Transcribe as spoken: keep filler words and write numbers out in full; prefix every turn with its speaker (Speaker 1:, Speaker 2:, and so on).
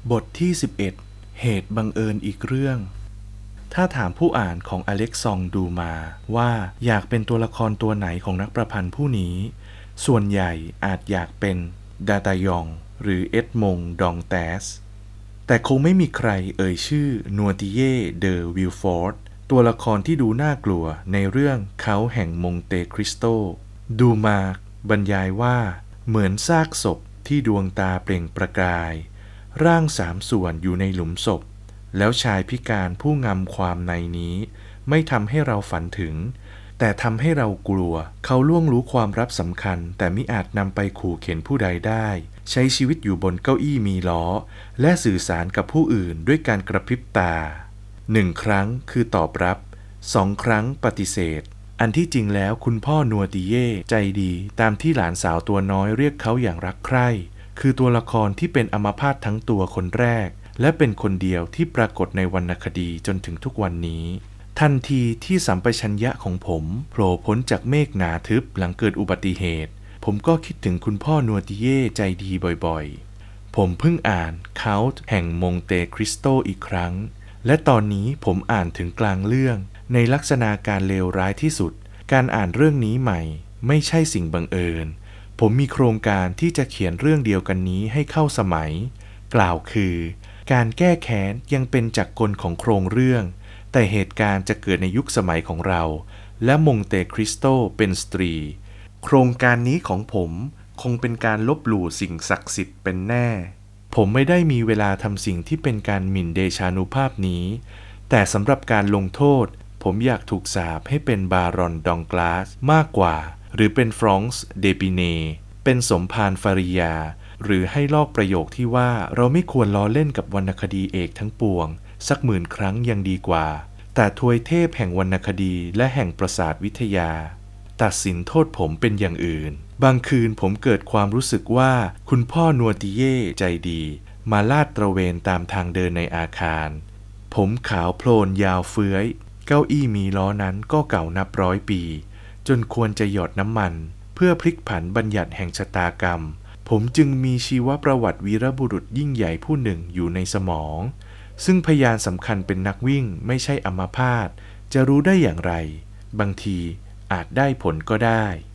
Speaker 1: บทที่สิบเอ็ดเหตุบังเอิญอีกเรื่องถ้าถามผู้อ่านของอเล็กซองดูมาว่าอยากเป็นตัวละครตัวไหนของนักประพันธ์ผู้นี้ส่วนใหญ่อาจอยากเป็นดาตายองหรือเอ็ดมงดองแตสแต่คงไม่มีใครเอ่ยชื่อนัวติเย่เดอวิลฟอร์ดตัวละครที่ดูน่ากลัวในเรื่องเขาแห่งมงเตคริสโตดูมาบรรยายว่าเหมือนซากศพที่ดวงตาเปล่งประกายร่างสามส่วนอยู่ในหลุมศพแล้วชายพิการผู้งำความในนี้ไม่ทำให้เราฝันถึงแต่ทำให้เรากลัวเขาล่วงรู้ความลับสำคัญแต่มิอาจนำไปขู่เข็นผู้ใดได้ใช้ชีวิตอยู่บนเก้าอี้มีล้อและสื่อสารกับผู้อื่นด้วยการกระพริบตาหนึ่งครั้งคือตอบรับสองครั้งปฏิเสธอันที่จริงแล้วคุณพ่อนัวติเย่ใจดีตามที่หลานสาวตัวน้อยเรียกเขาอย่างรักใคร่คือตัวละครที่เป็นอัมพาตทั้งตัวคนแรกและเป็นคนเดียวที่ปรากฏในวรรณคดีจนถึงทุกวันนี้ทันทีที่สัมปชัญญะของผมโผล่พ้นจากเมฆหนาทึบหลังเกิดอุบัติเหตุผมก็คิดถึงคุณพ่อนัวติเย่ใจดีบ่อยๆผมเพิ่งอ่านเค้าแห่งมงเตคริสโตอีกครั้งและตอนนี้ผมอ่านถึงกลางเรื่องในลักษณะการเลวร้ายที่สุดการอ่านเรื่องนี้ใหม่ไม่ใช่สิ่งบังเอิญผมมีโครงการที่จะเขียนเรื่องเดียวกันนี้ให้เข้าสมัยกล่าวคือการแก้แค้นยังเป็นจักรกลของโครงเรื่องแต่เหตุการณ์จะเกิดในยุคสมัยของเราและมงเตคริสโตเป็นสตรีโครงการนี้ของผมคงเป็นการลบหลู่สิ่งศักดิ์สิทธิ์เป็นแน่ผมไม่ได้มีเวลาทำสิ่งที่เป็นการหมิ่นเดชานุภาพนี้แต่สำหรับการลงโทษผมอยากถูกสาปให้เป็นบารอนดองกลาสมากกว่าหรือเป็นฟรองซ์เดปิเนเป็นสมภารฟาริยาหรือให้ลอกประโยคที่ว่าเราไม่ควรล้อเล่นกับวรรณคดีเอกทั้งปวงสักหมื่นครั้งยังดีกว่าแต่ทวยเทพแห่งวรรณคดีและแห่งประสาทวิทยาตัดสินโทษผมเป็นอย่างอื่นบางคืนผมเกิดความรู้สึกว่าคุณพ่อนัวติเย่ใจดีมาลาดตระเวนตามทางเดินในอาคารผมขาวโพลนยาวเฟื้อยเก้าอี้มีล้อนั้นก็เก่านับร้อยปีจนควรจะหยดน้ำมันเพื่อพลิกผันบัญญัติแห่งชะตากรรมผมจึงมีชีวประวัติวีรบุรุษยิ่งใหญ่ผู้หนึ่งอยู่ในสมองซึ่งพยานสำคัญเป็นนักวิ่งไม่ใช่อัมพาตจะรู้ได้อย่างไรบางทีอาจได้ผลก็ได้